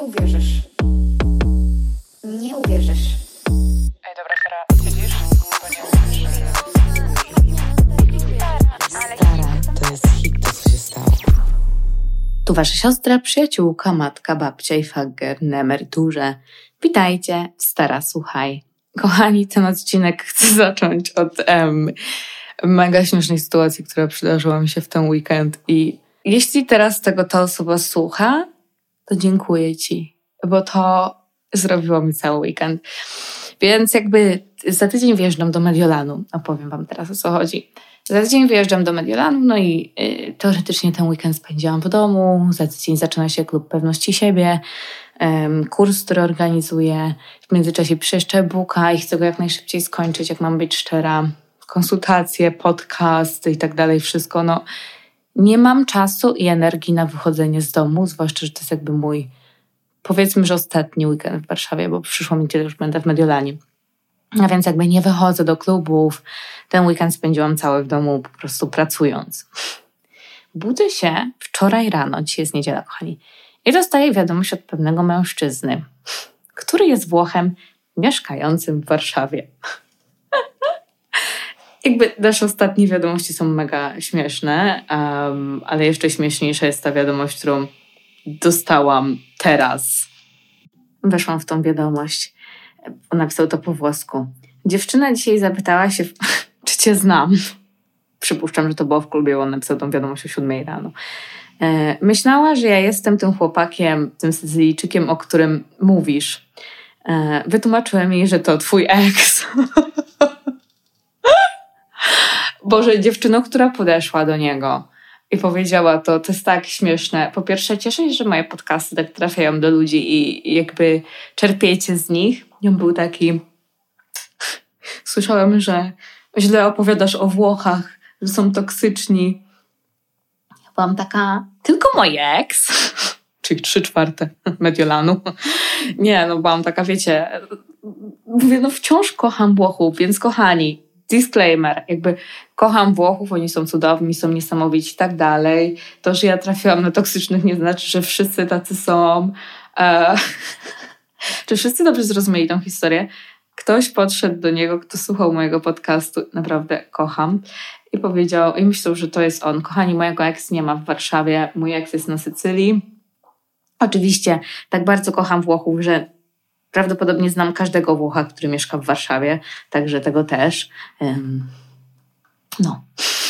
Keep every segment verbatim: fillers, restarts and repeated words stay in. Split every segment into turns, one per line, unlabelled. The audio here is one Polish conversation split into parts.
uwierzysz. Nie uwierzysz.
Ej, dobra, Sara, siedzisz? Bo nie słyszę.
Stara, to jest hit, to co się stało.
Tu wasza siostra, przyjaciółka, matka, babcia i fager na emeryturze. Witajcie w Stara Słuchaj. Kochani, ten odcinek chcę zacząć od um, mega śmiesznej sytuacji, która przydarzyła mi się w ten weekend. I jeśli teraz tego ta osoba słucha, to dziękuję ci, bo to zrobiło mi cały weekend. Więc jakby za tydzień wjeżdżam do Mediolanu. Opowiem wam teraz, o co chodzi. Za tydzień wyjeżdżam do Mediolanu, no i y, teoretycznie ten weekend spędziłam w domu. Za tydzień zaczyna się Klub Pewności Siebie, um, kurs, który organizuję. W międzyczasie piszę e-booka i chcę go jak najszybciej skończyć, jak mam być szczera. Konsultacje, podcast i tak dalej, wszystko. No, nie mam czasu i energii na wychodzenie z domu, zwłaszcza, że to jest jakby mój, powiedzmy, że ostatni weekend w Warszawie, bo przyszło mi tyle, już będę w Mediolanie. A więc jakby nie wychodzę do klubów. Ten weekend spędziłam cały w domu po prostu pracując. Budzę się wczoraj rano, dzisiaj jest niedziela, kochani, i dostaję wiadomość od pewnego mężczyzny, który jest Włochem mieszkającym w Warszawie. Jakby nasze ostatnie wiadomości są mega śmieszne, um, ale jeszcze śmieszniejsza jest ta wiadomość, którą dostałam teraz. Weszłam w tą wiadomość. Napisał to po włosku. Dziewczyna dzisiaj zapytała się, czy cię znam. Przypuszczam, że to było w klubie, bo on napisał tą wiadomość o siódmej rano. E, myślała, że ja jestem tym chłopakiem, tym Sycylijczykiem, o którym mówisz. E, wytłumaczyłem jej, że to twój ex. Boże, dziewczyno, która podeszła do niego i powiedziała to, to jest tak śmieszne. Po pierwsze, cieszę się, że moje podcasty tak trafiają do ludzi i, i jakby czerpiecie z nich. I on był taki... Słyszałem, że źle opowiadasz o Włochach, że są toksyczni. Ja byłam taka... Tylko mój ex, czyli trzy czwarte Mediolanu. Nie, no byłam taka, wiecie... Mówię, no wciąż kocham Włochów, więc kochani, disclaimer, jakby kocham Włochów, oni są cudowni, są niesamowici i tak dalej. To, że ja trafiłam na toksycznych, nie znaczy, że wszyscy tacy są. E- Czy wszyscy dobrze zrozumieli tą historię? Ktoś podszedł do niego, kto słuchał mojego podcastu, naprawdę kocham, i powiedział, i myślał, że to jest on. Kochani, mojego ex nie ma w Warszawie, mój ex jest na Sycylii. Oczywiście tak bardzo kocham Włochów, że prawdopodobnie znam każdego Włocha, który mieszka w Warszawie, także tego też. Um, no.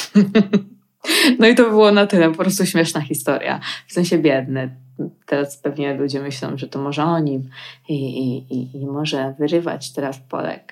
No i to było na tyle, po prostu śmieszna historia. W sensie biedny. Teraz pewnie ludzie myślą, że to może o nim i, i, i, i może wyrywać teraz Polek.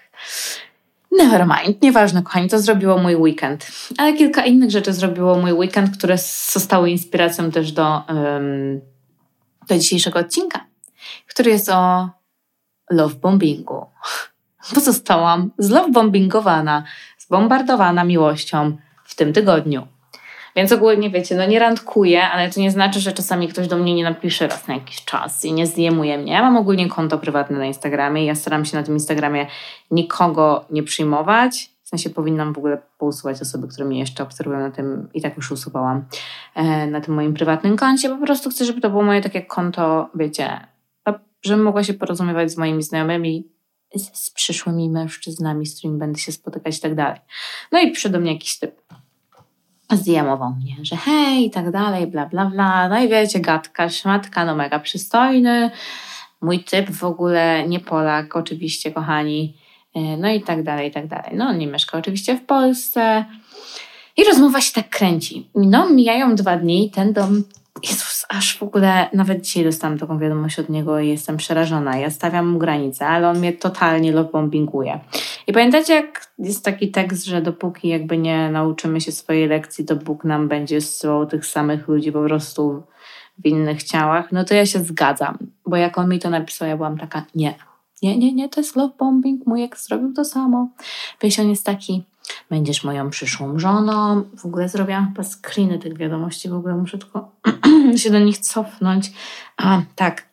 Never mind, nieważne, kochani, to zrobiło mój weekend. Ale kilka innych rzeczy zrobiło mój weekend, które zostały inspiracją też do, um, do dzisiejszego odcinka, który jest o lovebombingu. Bo zostałam zlovebombingowana, zbombardowana miłością w tym tygodniu. Więc ogólnie wiecie, no nie randkuję, ale to nie znaczy, że czasami ktoś do mnie nie napisze raz na jakiś czas i nie zdjemuje mnie. Ja mam ogólnie konto prywatne na Instagramie i ja staram się na tym Instagramie nikogo nie przyjmować. W sensie powinnam w ogóle pousuwać osoby, które mnie jeszcze obserwują na tym, i tak już usuwałam, na tym moim prywatnym koncie. Po prostu chcę, żeby to było moje takie konto, wiecie, żebym mogła się porozumiewać z moimi znajomymi, z, z przyszłymi mężczyznami, z którymi będę się spotykać i tak dalej. No i przyszedł do mnie jakiś typ. Zdjamował mnie, że hej i tak dalej, bla, bla, bla. No i wiecie, gadka, szmatka, no mega przystojny. Mój typ w ogóle nie Polak, oczywiście, kochani. No i tak dalej, i tak dalej. No on nie mieszka oczywiście w Polsce. I rozmowa się tak kręci. No mijają dwa dni, ten dom... Jezus, aż w ogóle nawet dzisiaj dostałam taką wiadomość od niego i jestem przerażona. Ja stawiam mu granice, ale on mnie totalnie lovebombinguje. I pamiętacie, jak jest taki tekst, że dopóki jakby nie nauczymy się swojej lekcji, to Bóg nam będzie zsyłał tych samych ludzi po prostu w innych ciałach? No to ja się zgadzam, bo jak on mi to napisał, ja byłam taka, nie, nie, nie, nie, to jest lovebombing, mój ex zrobił to samo. Wiesz, on jest taki... Będziesz moją przyszłą żoną. W ogóle zrobiłam chyba screeny tych wiadomości. W ogóle muszę tylko się do nich cofnąć. A, tak.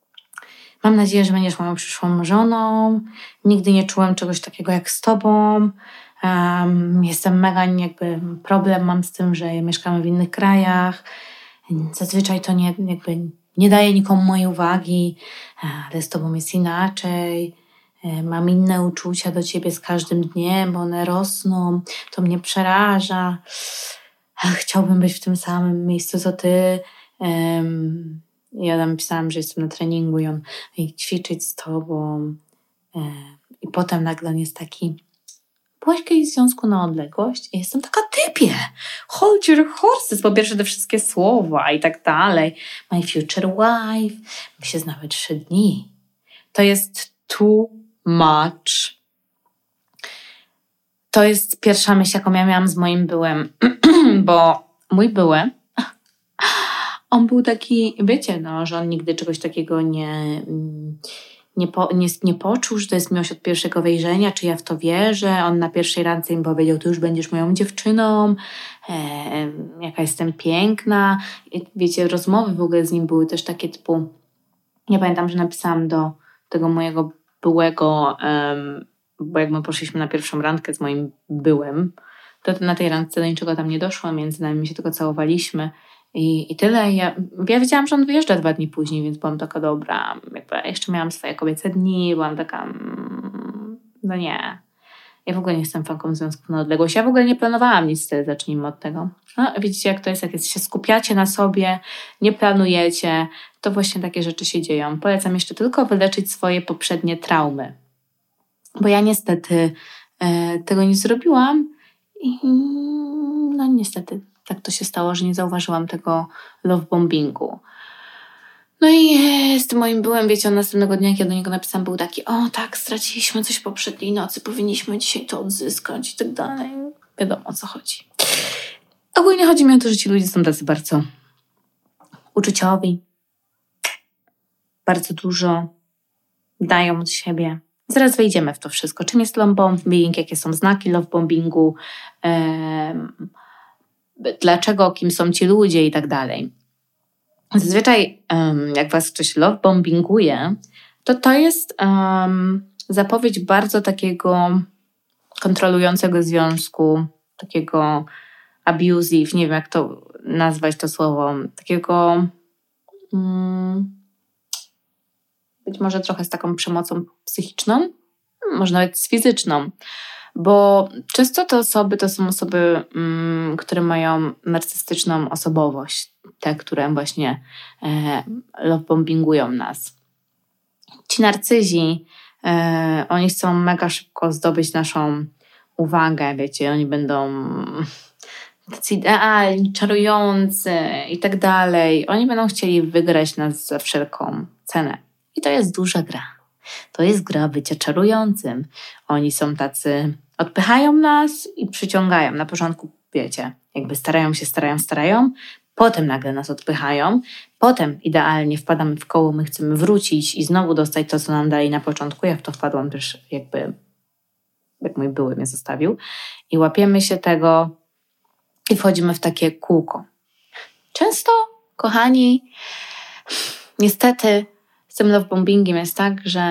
Mam nadzieję, że będziesz moją przyszłą żoną. Nigdy nie czułem czegoś takiego jak z tobą. Um, jestem mega jakby... Problem mam z tym, że mieszkamy w innych krajach. Zazwyczaj to nie, jakby nie daję nikomu mojej uwagi, ale z tobą jest inaczej, mam inne uczucia do ciebie z każdym dniem, bo one rosną, to mnie przeraża, chciałbym być w tym samym miejscu co ty. Ja tam pisałam, że jestem na treningu i on i ćwiczyć z tobą. I potem nagle on jest taki, byłaś kiedyś w związku na odległość? I jestem taka, typie, hold your horses, po pierwsze te wszystkie słowa i tak dalej. My future wife, my się znamy trzy dni. To jest too much. To jest pierwsza myśl, jaką ja miałam z moim byłem, bo mój były, on był taki, wiecie, no, że on nigdy czegoś takiego nie... Nie, po, nie, nie poczuł, że to jest miłość od pierwszego wejrzenia, czy ja w to wierzę. On na pierwszej randce im powiedział, ty już będziesz moją dziewczyną, e, jaka jestem piękna. I, wiecie, rozmowy w ogóle z nim były też takie typu, ja pamiętam, że napisałam do tego mojego byłego, um, bo jak my poszliśmy na pierwszą randkę z moim byłym, to na tej randce do niczego tam nie doszło, między nami się tylko całowaliśmy. I, I tyle. Ja, ja wiedziałam, że on wyjeżdża dwa dni później, więc byłam taka dobra. Jakby jeszcze miałam swoje kobiece dni, byłam taka mm, no nie. Ja w ogóle nie jestem fanką związków na odległość. Ja w ogóle nie planowałam nic wtedy, zacznijmy od tego. No, widzicie, jak to jest, jak się skupiacie na sobie, nie planujecie, to właśnie takie rzeczy się dzieją. Polecam jeszcze tylko wyleczyć swoje poprzednie traumy. Bo ja niestety e, tego nie zrobiłam i no niestety tak to się stało, że nie zauważyłam tego love bombingu. No i z tym moim byłem, wiecie, on następnego dnia, jak ja do niego napisałam, był taki, o tak, straciliśmy coś poprzedniej nocy, powinniśmy dzisiaj to odzyskać i tak dalej. Wiadomo, o co chodzi. Ogólnie chodzi mi o to, że ci ludzie są tacy bardzo uczuciowi, bardzo dużo dają od siebie. Zaraz wejdziemy w to wszystko. Czym jest love bombing, jakie są znaki love bombingu, um, dlaczego, kim są ci ludzie i tak dalej. Zazwyczaj um, jak was ktoś love bombinguje, to to jest um, zapowiedź bardzo takiego kontrolującego związku, takiego abusive, nie wiem jak to nazwać to słowo, takiego um, być może trochę z taką przemocą psychiczną, może nawet z fizyczną. Bo często te osoby to są osoby, mm, które mają narcystyczną osobowość. Te, które właśnie e, love bombingują nas. Ci narcyzi, e, oni chcą mega szybko zdobyć naszą uwagę, wiecie, oni będą tacy idealni, czarujący i tak dalej. Oni będą chcieli wygrać nas za wszelką cenę. I to jest duża gra. To jest gra bycia czarującym. Oni są tacy, odpychają nas i przyciągają. Na początku, wiecie, jakby starają się, starają, starają. Potem nagle nas odpychają. Potem idealnie wpadamy w koło, my chcemy wrócić i znowu dostać to, co nam dali na początku. Ja w to wpadłam też jakby, jak mój były mnie zostawił. I łapiemy się tego i wchodzimy w takie kółko. Często, kochani, niestety z tym love bombingiem jest tak, że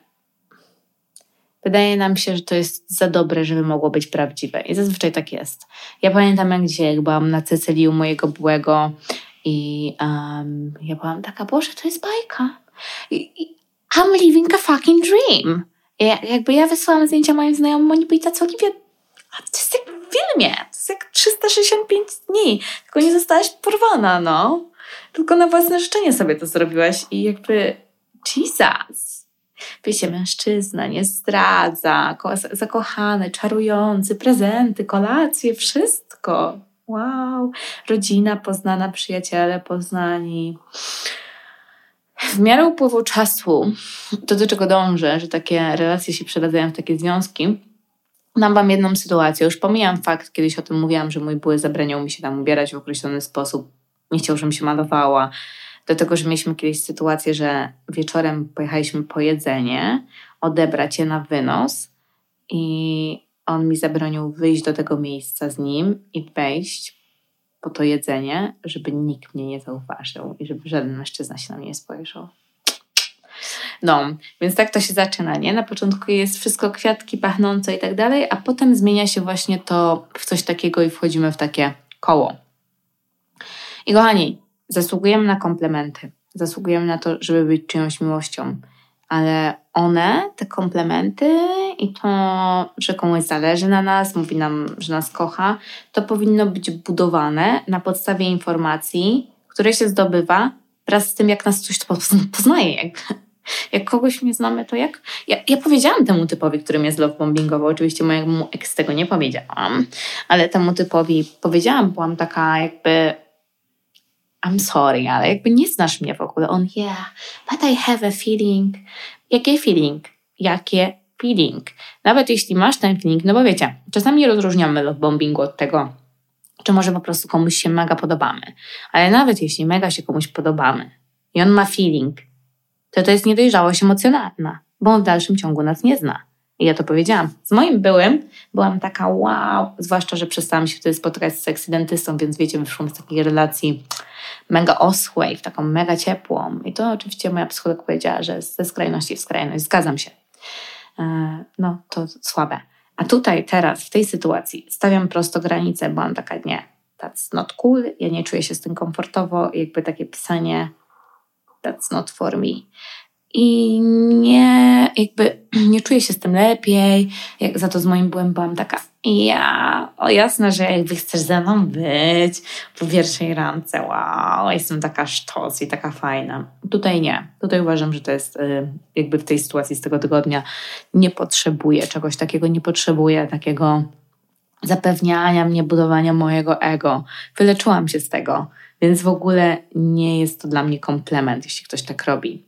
wydaje nam się, że to jest za dobre, żeby mogło być prawdziwe. I zazwyczaj tak jest. Ja pamiętam jak dzisiaj, jak byłam na Cycylii u mojego byłego i um, ja byłam taka, Boże, to jest bajka. I, i, I'm living a fucking dream. I jakby ja wysłałam zdjęcia moim znajomym, oni byli tacy, Oliwia, a to jest jak w filmie. To jest jak trzysta sześćdziesiąt pięć dni. Tylko nie zostałaś porwana, no. Tylko na własne życzenie sobie to zrobiłaś i jakby Jesus. Wiecie, mężczyzna nie zdradza, ko- zakochany, czarujący, prezenty, kolacje, wszystko. Wow. Rodzina poznana, przyjaciele poznani. W miarę upływu czasu, to do czego dążę, że takie relacje się przeradzają w takie związki, dam wam jedną sytuację. Już pomijam fakt, kiedyś o tym mówiłam, że mój były zabraniał mi się tam ubierać w określony sposób. Nie chciał, żebym się malowała. Do tego, że mieliśmy kiedyś sytuację, że wieczorem pojechaliśmy po jedzenie, odebrać je na wynos i on mi zabronił wyjść do tego miejsca z nim i wejść po to jedzenie, żeby nikt mnie nie zauważył i żeby żaden mężczyzna się na mnie nie spojrzał. No, więc tak to się zaczyna, nie? Na początku jest wszystko kwiatki pachnące i tak dalej, a potem zmienia się właśnie to w coś takiego i wchodzimy w takie koło. I kochani, zasługujemy na komplementy. zasługujemy na to, żeby być czyjąś miłością. Ale one, te komplementy i to, że komuś zależy na nas, mówi nam, że nas kocha, to powinno być budowane na podstawie informacji, które się zdobywa wraz z tym, jak nas ktoś poznaje. Jak, jak kogoś nie znamy, to jak... Ja, ja powiedziałam temu typowi, który mnie zlovebombingował, oczywiście mojemu ex tego nie powiedziałam, ale temu typowi powiedziałam, byłam taka jakby... I'm sorry, ale jakby nie znasz mnie w ogóle. On, yeah, but I have a feeling. Jakie feeling? Jakie feeling? Nawet jeśli masz ten feeling, no bo wiecie, czasami rozróżniamy lovebombingu od tego, czy może po prostu komuś się mega podobamy. Ale nawet jeśli mega się komuś podobamy i on ma feeling, to to jest niedojrzałość emocjonalna, bo on w dalszym ciągu nas nie zna. I ja to powiedziałam. Z moim byłym byłam taka wow, zwłaszcza, że przestałam się wtedy spotykać z seksydentystą, więc wiecie, wyszłam z takiej relacji mega oschłej, w taką mega ciepłą. I to oczywiście moja psycholog powiedziała, że ze skrajności w skrajność. Zgadzam się. No, to słabe. A tutaj, teraz, w tej sytuacji stawiam prosto granicę, byłam taka, nie, that's not cool, ja nie czuję się z tym komfortowo, jakby takie pisanie that's not for me. I nie, jakby nie czuję się z tym lepiej, jak za to z moim byłem byłam taka, ja, o jasne, że jakby chcesz ze mną być po pierwszej randce, wow, jestem taka sztos i taka fajna. Tutaj nie, tutaj uważam, że to jest jakby w tej sytuacji z tego tygodnia nie potrzebuję czegoś takiego, nie potrzebuję takiego zapewniania mnie, budowania mojego ego. Wyleczyłam się z tego, więc w ogóle nie jest to dla mnie komplement, jeśli ktoś tak robi.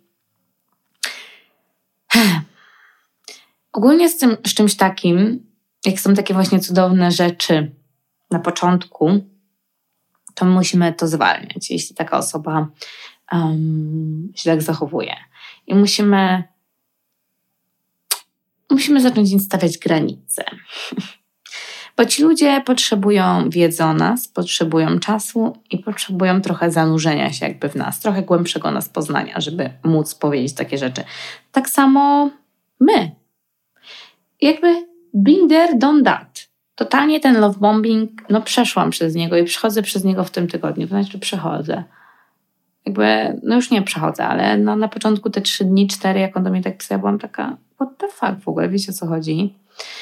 Ogólnie z, tym, z czymś takim, jak są takie właśnie cudowne rzeczy na początku, to musimy to zwalniać, jeśli taka osoba um, się tak zachowuje. I musimy musimy zacząć im stawiać granice. Bo ci ludzie potrzebują wiedzy o nas, potrzebują czasu i potrzebują trochę zanurzenia się jakby w nas, trochę głębszego nas poznania, żeby móc powiedzieć takie rzeczy. Tak samo my. Jakby been there, done that. Totalnie ten lovebombing, no przeszłam przez niego i przechodzę przez niego w tym tygodniu. To znaczy przechodzę. Jakby, no już nie przechodzę, ale no na początku te trzy dni, cztery, jak on do mnie tak pisał, ja byłam taka, what the fuck w ogóle, wiecie o co chodzi?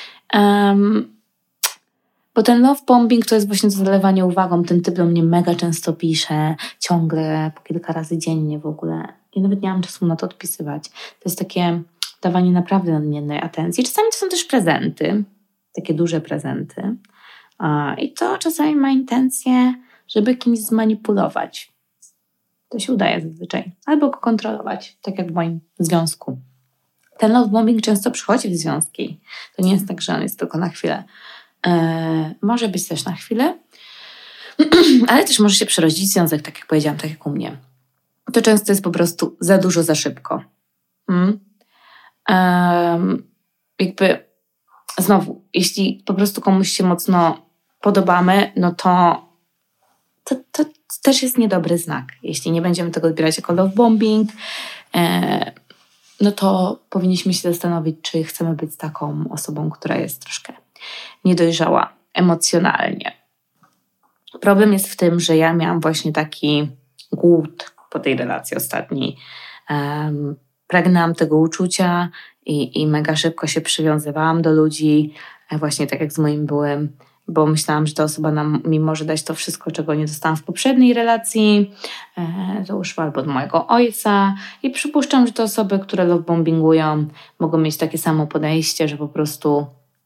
Um, Bo ten lovebombing to jest właśnie to zalewanie uwagą. Ten typ do mnie mega często pisze, ciągle, po kilka razy dziennie w ogóle. I nawet nie mam czasu na to odpisywać. To jest takie dawanie naprawdę nadmiernej atencji. Czasami to są też prezenty, takie duże prezenty. I to czasami ma intencję, żeby kimś zmanipulować. To się udaje zazwyczaj. Albo go kontrolować, tak jak w moim związku. Ten lovebombing często przychodzi w związki. To nie jest tak, że on jest tylko na chwilę. Eee, może być też na chwilę, ale też może się przerodzić związek, tak jak powiedziałam, tak jak u mnie. To często jest po prostu za dużo, za szybko. Hmm? Eee, jakby znowu, jeśli po prostu komuś się mocno podobamy, no to, to, to też jest niedobry znak. Jeśli nie będziemy tego odbierać jako lovebombing, eee, no to powinniśmy się zastanowić, czy chcemy być taką osobą, która jest troszkę niedojrzała emocjonalnie. Problem jest w tym, że ja miałam właśnie taki głód po tej relacji ostatniej. Um, pragnęłam tego uczucia i, i mega szybko się przywiązywałam do ludzi, właśnie tak jak z moim byłym, bo myślałam, że ta osoba nam, mi może dać to wszystko, czego nie dostałam w poprzedniej relacji. E, to już albo od mojego ojca. I przypuszczam, że te osoby, które lovebombingują, mogą mieć takie samo podejście, że po prostu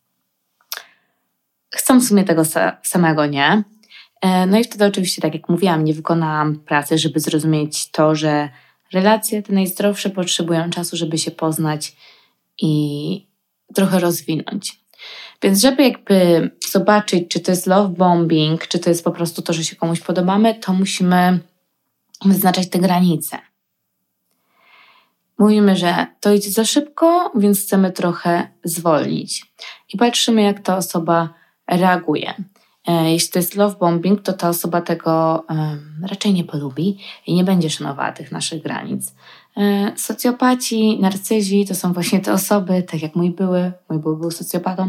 chcą w sumie tego samego, nie? No i wtedy oczywiście, tak jak mówiłam, nie wykonałam pracy, żeby zrozumieć to, że relacje te najzdrowsze potrzebują czasu, żeby się poznać i trochę rozwinąć. Więc żeby jakby zobaczyć, czy to jest lovebombing, czy to jest po prostu to, że się komuś podobamy, to musimy wyznaczać te granice. Mówimy, że to idzie za szybko, więc chcemy trochę zwolnić. I patrzymy, jak ta osoba reaguje. Jeśli to jest lovebombing, to ta osoba tego um, raczej nie polubi i nie będzie szanowała tych naszych granic. E, socjopaci, narcyzi to są właśnie te osoby, tak jak mój były, mój były był socjopatą.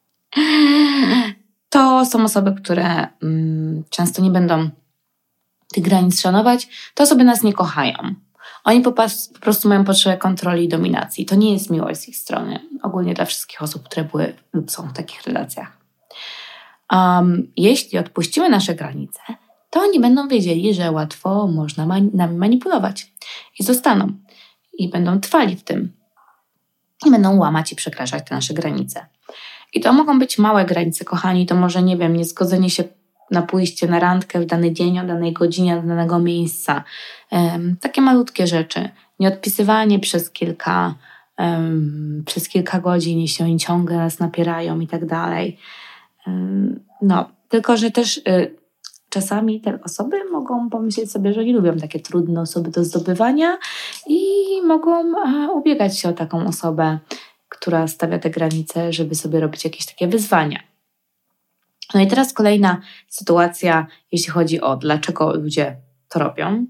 To są osoby, które um, często nie będą tych granic szanować, to osoby nas nie kochają. Oni po, pas, po prostu mają potrzebę kontroli i dominacji. To nie jest miłość z ich strony. Ogólnie dla wszystkich osób, które były lub są w takich relacjach. Um, jeśli odpuścimy nasze granice, to oni będą wiedzieli, że łatwo można mani- nami manipulować. I zostaną. I będą trwali w tym. I będą łamać i przekraczać te nasze granice. I to mogą być małe granice, kochani. To może, nie wiem, niezgodzenie się na pójście na randkę w dany dzień, o danej godzinie, do danego miejsca. Um, takie malutkie rzeczy. Nieodpisywanie przez kilka, um, przez kilka godzin, jeśli oni ciągle nas napierają i tak dalej. Um, no, tylko że też y, czasami te osoby mogą pomyśleć sobie, że nie lubią takie trudne osoby do zdobywania i mogą a, ubiegać się o taką osobę, która stawia te granice, żeby sobie robić jakieś takie wyzwania. No i teraz kolejna sytuacja, jeśli chodzi o dlaczego ludzie to robią.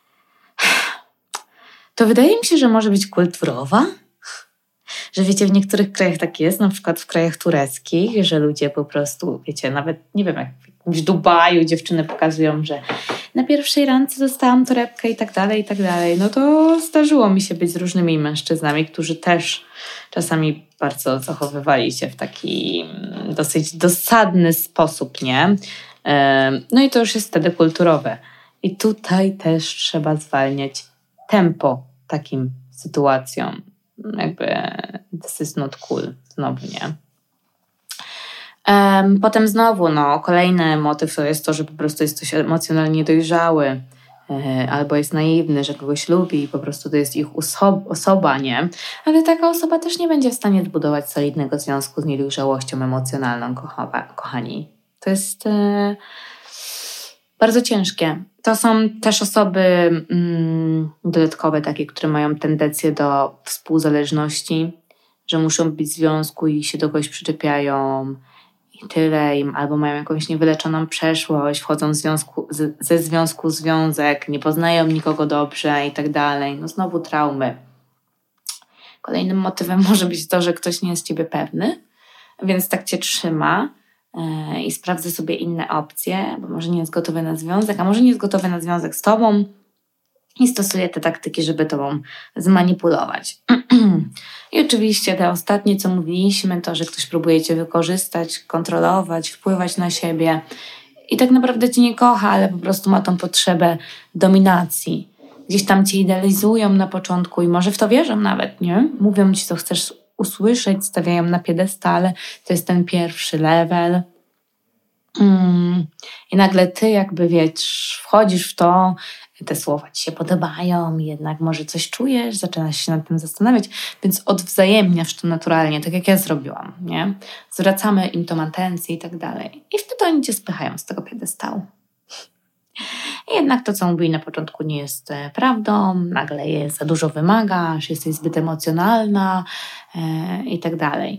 To wydaje mi się, że może być kulturowa. Że wiecie, w niektórych krajach tak jest, na przykład w krajach tureckich, że ludzie po prostu, wiecie, nawet, nie wiem, jak w Dubaju dziewczyny pokazują, że na pierwszej randce dostałam torebkę i tak dalej, i tak dalej. No to zdarzyło mi się być z różnymi mężczyznami, którzy też czasami bardzo zachowywali się w taki dosyć dosadny sposób, nie? No i to już jest wtedy kulturowe. I tutaj też trzeba zwalniać tempo takim sytuacjom. Jakby this is not cool. Znowu nie. Um, potem znowu, no, kolejny motyw to jest to, że po prostu jest ktoś emocjonalnie dojrzały e, albo jest naiwny, że kogoś lubi i po prostu to jest ich uso- osoba, nie? Ale taka osoba też nie będzie w stanie zbudować solidnego związku z niedojrzałością emocjonalną, kocha- kochani. To jest e, bardzo ciężkie. To są też osoby mm, dodatkowe, takie, które mają tendencję do współzależności, że muszą być w związku i się do kogoś przyczepiają i tyle, im, albo mają jakąś niewyleczoną przeszłość, wchodzą w związku, z, ze związku w związek, nie poznają nikogo dobrze i tak dalej. No znowu traumy. Kolejnym motywem może być to, że ktoś nie jest ciebie pewny, więc tak cię trzyma yy, i sprawdza sobie inne opcje, bo może nie jest gotowy na związek, a może nie jest gotowy na związek z tobą i stosuje te taktyki, żeby tobą zmanipulować. I oczywiście te ostatnie, co mówiliśmy, to, że ktoś próbuje cię wykorzystać, kontrolować, wpływać na siebie i tak naprawdę cię nie kocha, ale po prostu ma tą potrzebę dominacji. Gdzieś tam cię idealizują na początku i może w to wierzą nawet, nie? Mówią ci, co chcesz usłyszeć, stawiają na piedestale, to jest ten pierwszy level. Mm. I nagle ty jakby, wiesz, wchodzisz w to, te słowa ci się podobają, jednak może coś czujesz, zaczynasz się nad tym zastanawiać, więc odwzajemniasz to naturalnie, tak jak ja zrobiłam, nie? Zwracamy im tą atencję i tak dalej. I wtedy oni cię spychają z tego piedestału. I jednak to, co mówili na początku, nie jest prawdą, nagle je za dużo wymagasz, jesteś zbyt emocjonalna e, i tak dalej.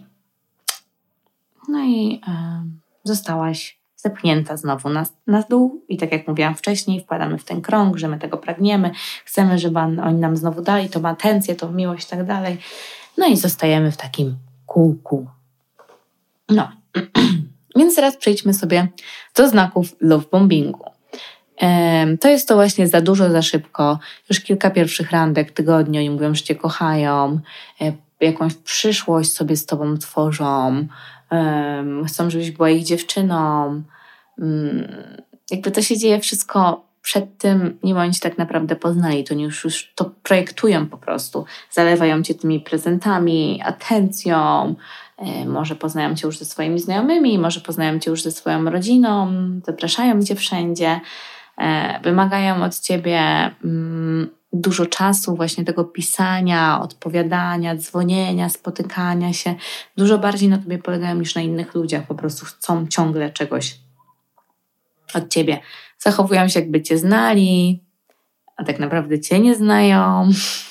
No i e, zostałaś zepchnięta znowu na, na dół i tak jak mówiłam wcześniej, wpadamy w ten krąg, że my tego pragniemy, chcemy, żeby oni nam znowu dali tą atencję, tą miłość i tak dalej. No i zostajemy w takim kółku. No, więc teraz przejdźmy sobie do znaków love bombingu. Um, to jest to właśnie za dużo, za szybko. Już kilka pierwszych randek, tygodni, oni mówią, że cię kochają, e, jakąś przyszłość sobie z tobą tworzą, um, chcą, żebyś była ich dziewczyną. Um, jakby to się dzieje wszystko przed tym, nim oni cię tak naprawdę poznali, to oni już, już to projektują po prostu. Zalewają cię tymi prezentami, atencją, e, może poznają cię już ze swoimi znajomymi, może poznają cię już ze swoją rodziną, zapraszają cię wszędzie. Wymagają od ciebie mm, dużo czasu, właśnie tego pisania, odpowiadania, dzwonienia, spotykania się. Dużo bardziej na tobie polegają niż na innych ludziach. Po prostu chcą ciągle czegoś od ciebie. Zachowują się, jakby cię znali, a tak naprawdę cię nie znają.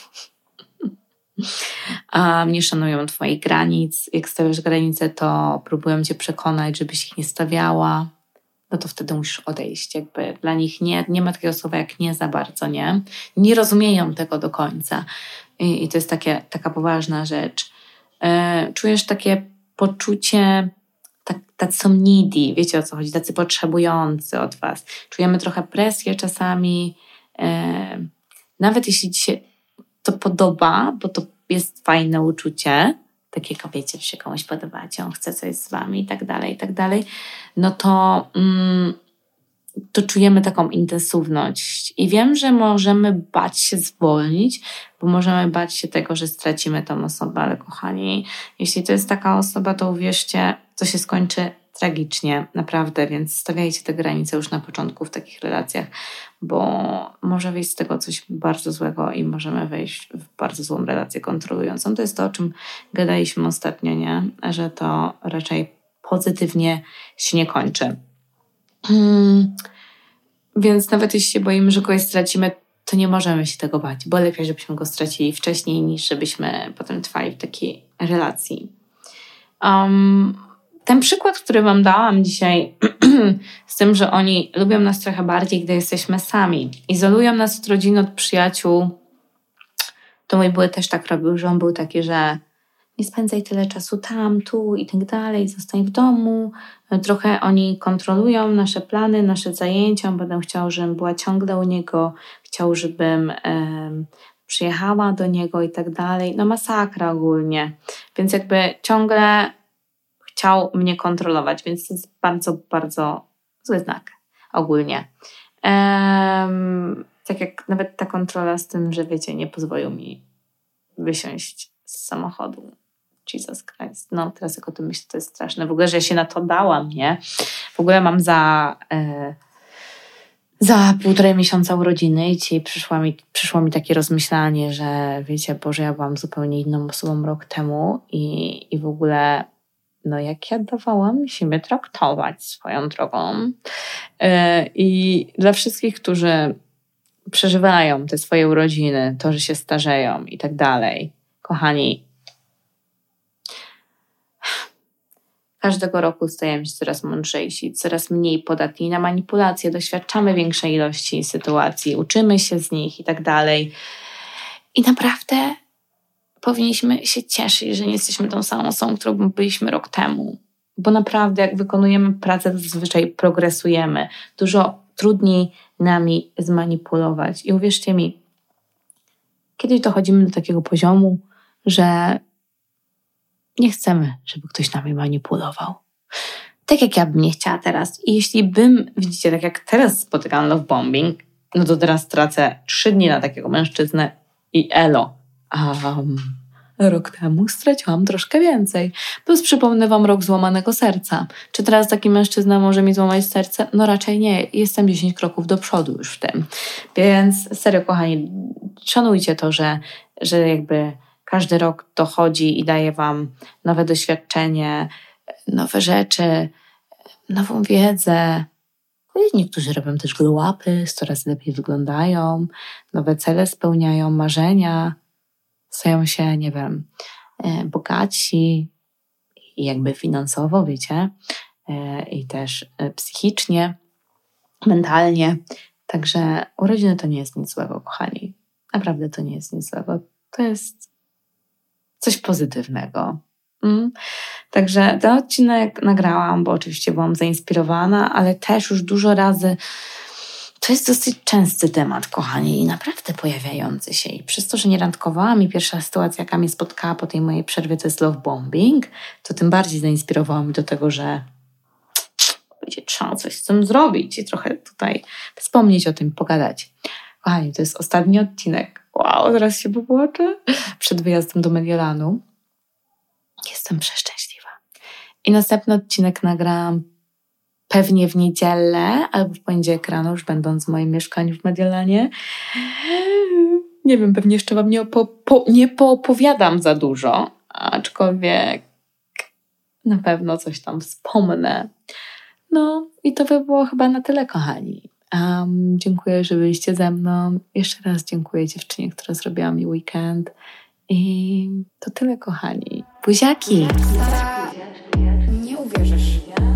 A nie szanują twoich granic. Jak stawiasz granice, to próbują cię przekonać, żebyś ich nie stawiała. No to wtedy musisz odejść. Jakby dla nich nie, nie ma takiego słowa jak nie za bardzo, nie? Nie rozumieją tego do końca. I, i to jest takie, taka poważna rzecz. E, czujesz takie poczucie tak, tacy są needy, wiecie o co chodzi, tacy potrzebujący od was. Czujemy trochę presję czasami, e, nawet jeśli ci się to podoba, bo to jest fajne uczucie, takie kobiecie, że się komuś podobacie, on chce coś z wami i tak dalej, i tak dalej, no to, mm, to czujemy taką intensywność. I wiem, że możemy bać się zwolnić, bo możemy bać się tego, że stracimy tą osobę, ale kochani, jeśli to jest taka osoba, to uwierzcie, to się skończy tragicznie, naprawdę, więc stawiajcie te granice już na początku w takich relacjach, bo może wyjść z tego coś bardzo złego i możemy wejść w bardzo złą relację kontrolującą. To jest to, o czym gadaliśmy ostatnio, nie? Że to raczej pozytywnie się nie kończy. Hmm. Więc nawet jeśli się boimy, że kogoś stracimy, to nie możemy się tego bać, bo lepiej, żebyśmy go stracili wcześniej, niż żebyśmy potem trwali w takiej relacji. Um, ten przykład, który wam dałam dzisiaj z tym, że oni lubią nas trochę bardziej, gdy jesteśmy sami. Izolują nas od rodziny, od przyjaciół. To mój były też tak robił, że on był taki, że nie spędzaj tyle czasu tam, tu i tak dalej, zostań w domu. Trochę oni kontrolują nasze plany, nasze zajęcia. On będę chciał, żebym była ciągle u niego, chciał, żebym um, przyjechała do niego i tak dalej. No masakra ogólnie. Więc jakby ciągle chciał mnie kontrolować, więc to jest bardzo, bardzo zły znak ogólnie. Um, tak jak nawet ta kontrola z tym, że wiecie, nie pozwolił mi wysiąść z samochodu. Jesus Christ. No teraz jak o tym myślę, to jest straszne. W ogóle, że ja się na to dałam, nie? W ogóle mam za e, za półtorej miesiąca urodziny i dzisiaj przyszło mi, przyszło mi takie rozmyślanie, że wiecie, Boże, ja byłam zupełnie inną osobą rok temu i, i w ogóle no jak ja dawałam siebie traktować swoją drogą. E, I dla wszystkich, którzy przeżywają te swoje urodziny, to, że się starzeją i tak dalej, kochani, każdego roku stajemy się coraz mądrzejsi, coraz mniej podatni na manipulacje, doświadczamy większej ilości sytuacji, uczymy się z nich i tak dalej. I naprawdę powinniśmy się cieszyć, że nie jesteśmy tą samą osobą, którą byliśmy rok temu. Bo naprawdę jak wykonujemy pracę, to zazwyczaj progresujemy. Dużo trudniej nami zmanipulować. I uwierzcie mi, kiedyś dochodzimy do takiego poziomu, że nie chcemy, żeby ktoś nami manipulował. Tak jak ja bym nie chciała teraz. I jeśli bym, widzicie, tak jak teraz spotykam love bombing, no to teraz tracę trzy dni na takiego mężczyznę i elo. Um, rok temu straciłam troszkę więcej. Plus przypomnę wam rok złamanego serca. Czy teraz taki mężczyzna może mi złamać serce? No raczej nie. Jestem dziesięć kroków do przodu już w tym. Więc serio, kochani, szanujcie to, że, że jakby każdy rok dochodzi i daje wam nowe doświadczenie, nowe rzeczy, nową wiedzę. Niektórzy robią też glow upy, coraz lepiej wyglądają, nowe cele spełniają, marzenia, stają się, nie wiem, bogaci i jakby finansowo, wiecie, i też psychicznie, mentalnie. Także urodziny to nie jest nic złego, kochani. Naprawdę to nie jest nic złego. To jest coś pozytywnego. Mm. Także ten odcinek nagrałam, bo oczywiście byłam zainspirowana, ale też już dużo razy to jest dosyć częsty temat, kochani, i naprawdę pojawiający się. I przez to, że nie randkowałam i pierwsza sytuacja, jaka mnie spotkała po tej mojej przerwie, to jest love bombing, to tym bardziej zainspirowała mnie do tego, że będzie trzeba coś z tym zrobić i trochę tutaj wspomnieć o tym, pogadać. Kochani, to jest ostatni odcinek. Wow, zaraz się popłaczę. Przed wyjazdem do Mediolanu. Jestem przeszczęśliwa. I następny odcinek nagrałam pewnie w niedzielę albo w poniedziałek rano, już będąc w moim mieszkaniu w Mediolanie. Nie wiem, pewnie jeszcze wam nie, opo- po- nie poopowiadam za dużo, aczkolwiek na pewno coś tam wspomnę. No i to by było chyba na tyle, kochani. Um, dziękuję, że byliście ze mną. Jeszcze raz dziękuję dziewczynie, która zrobiła mi weekend. I to tyle, kochani. Buziaki!
Nie uwierzysz.